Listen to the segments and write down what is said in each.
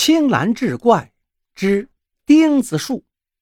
青蓝志怪之钉子树。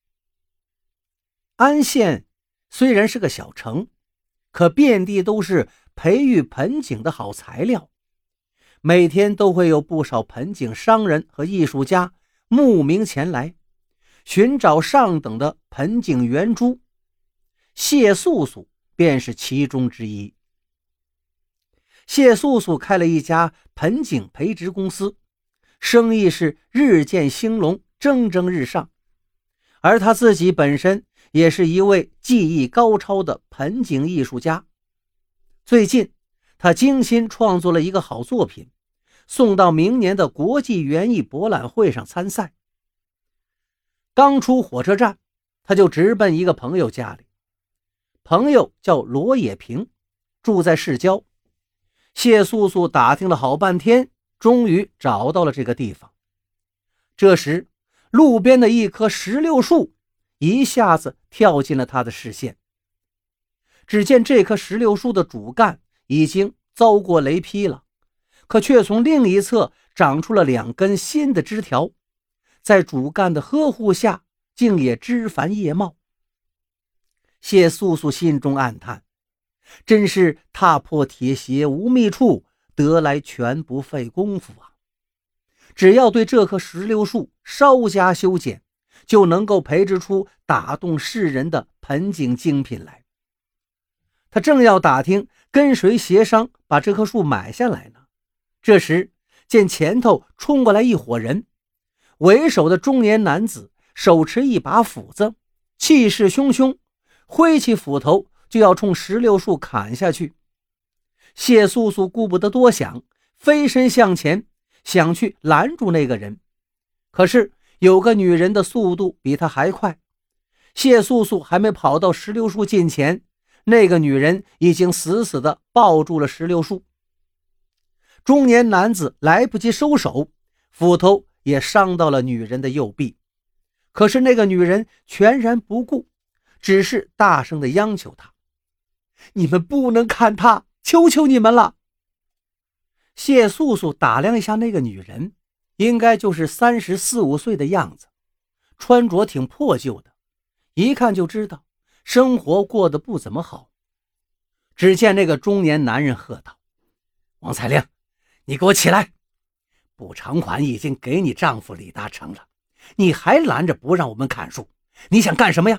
安县虽然是个小城，可遍地都是培育盆景的好材料，每天都会有不少盆景商人和艺术家慕名前来，寻找上等的盆景圆珠。谢素素便是其中之一。谢素素开了一家盆景培植公司，生意是日渐兴隆，蒸蒸日上。而他自己本身也是一位技艺高超的盆景艺术家。最近他精心创作了一个好作品，送到明年的国际园艺博览会上参赛。刚出火车站，他就直奔一个朋友家里。朋友叫罗野平，住在市郊。谢素素打听了好半天，终于找到了这个地方。这时路边的一棵石榴树一下子跳进了他的视线。只见这棵石榴树的主干已经遭过雷劈了，可却从另一侧长出了2根新的枝条，在主干的呵护下竟也枝繁叶茂。谢素素心中暗叹，真是踏破铁鞋无觅处，得来全不费功夫啊！只要对这棵石榴树稍加修剪，就能够培植出打动世人的盆景精品来。他正要打听跟谁协商把这棵树买下来呢，这时见前头冲过来一伙人，为首的中年男子手持一把斧子，气势汹汹，挥起斧头就要冲石榴树砍下去。谢素素顾不得多想，飞身向前，想去拦住那个人。可是有个女人的速度比他还快，谢素素还没跑到石榴树近前，那个女人已经死死地抱住了石榴树。中年男子来不及收手，斧头也伤到了女人的右臂。可是那个女人全然不顾，只是大声地央求他：你们不能砍他，求求你们了。谢素素打量一下那个女人，应该就是34、35岁的样子，穿着挺破旧的，一看就知道生活过得不怎么好。只见那个中年男人喝道：王彩玲，你给我起来，补偿款已经给你丈夫李大成了，你还拦着不让我们砍树，你想干什么呀？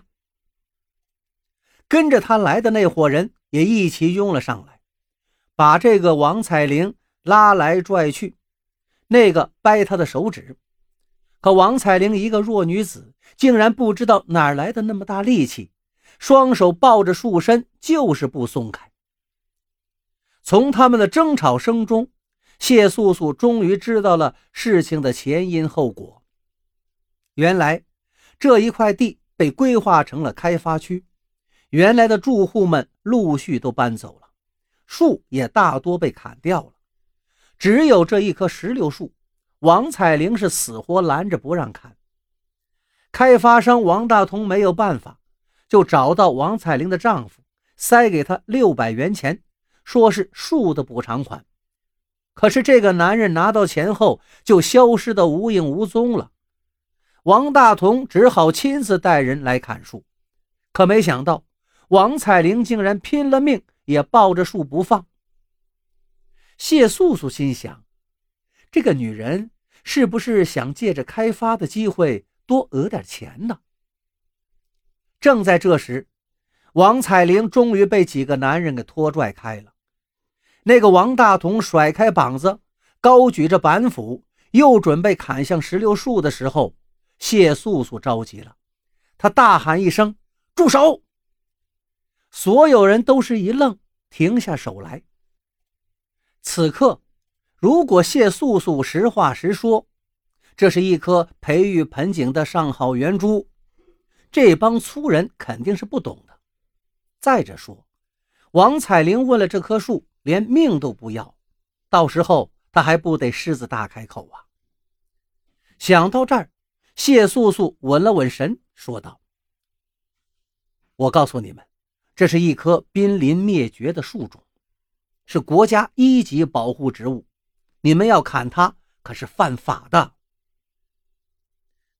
跟着他来的那伙人也一起拥了上来，把这个王彩玲拉来拽去，那个掰他的手指。可王彩玲一个弱女子，竟然不知道哪来的那么大力气，双手抱着树身就是不松开。从他们的争吵声中，谢素素终于知道了事情的前因后果。原来这一块地被规划成了开发区，原来的住户们陆续都搬走了，树也大多被砍掉了，只有这一棵石榴树，王彩玲是死活拦着不让砍。开发商王大同没有办法，就找到王彩玲的丈夫，塞给他600元钱，说是树的补偿款。可是这个男人拿到钱后就消失得无影无踪了。王大同只好亲自带人来砍树，可没想到王彩玲竟然拼了命也抱着树不放。谢素素心想，这个女人是不是想借着开发的机会多讹点钱呢？正在这时，王彩玲终于被几个男人给拖拽开了。那个王大同甩开膀子，高举着板斧，又准备砍向石榴树的时候，谢素素着急了，他大喊一声：住手！所有人都是一愣，停下手来。此刻如果谢素素实话实说，这是一棵培育盆景的上好圆珠，这帮粗人肯定是不懂的。再者说，王彩玲问了这棵树连命都不要，到时候他还不得狮子大开口啊。想到这儿，谢素素稳了稳神，说道：我告诉你们，这是一棵濒临灭绝的树种，是国家1级保护植物，你们要砍它可是犯法的。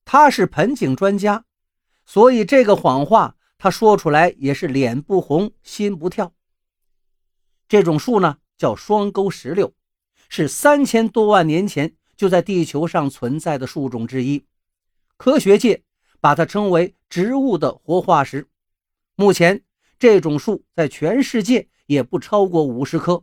他是盆景专家，所以这个谎话他说出来也是脸不红心不跳。这种树呢叫双钩石榴，是3000多万年前就在地球上存在的树种之一，科学界把它称为植物的活化石。目前这种树在全世界也不超过50棵。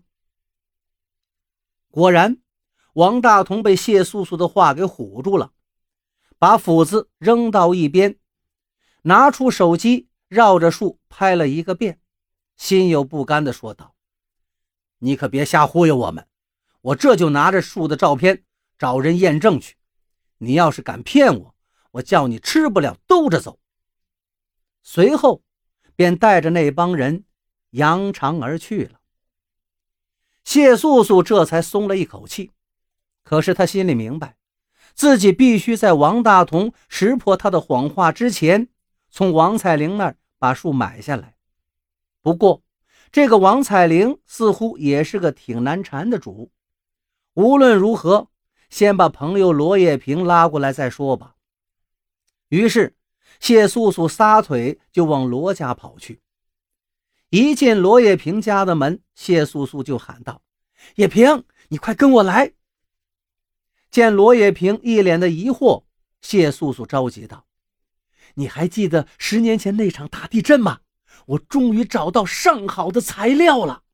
果然，王大同被谢素素的话给唬住了，把斧子扔到一边，拿出手机绕着树拍了一个遍，心有不甘地说道：你可别瞎忽悠我们，我这就拿着树的照片找人验证去，你要是敢骗我，我叫你吃不了兜着走。随后便带着那帮人扬长而去了。谢素素这才松了一口气，可是他心里明白，自己必须在王大同识破他的谎话之前，从王彩玲那儿把树买下来。不过这个王彩玲似乎也是个挺难缠的主，无论如何先把朋友罗叶萍拉过来再说吧。于是谢素素撒腿就往罗家跑去。一进罗叶萍家的门，谢素素就喊道：叶萍，你快跟我来。见罗叶萍一脸的疑惑，谢素素着急道：你还记得10年前那场大地震吗？我终于找到上好的材料了。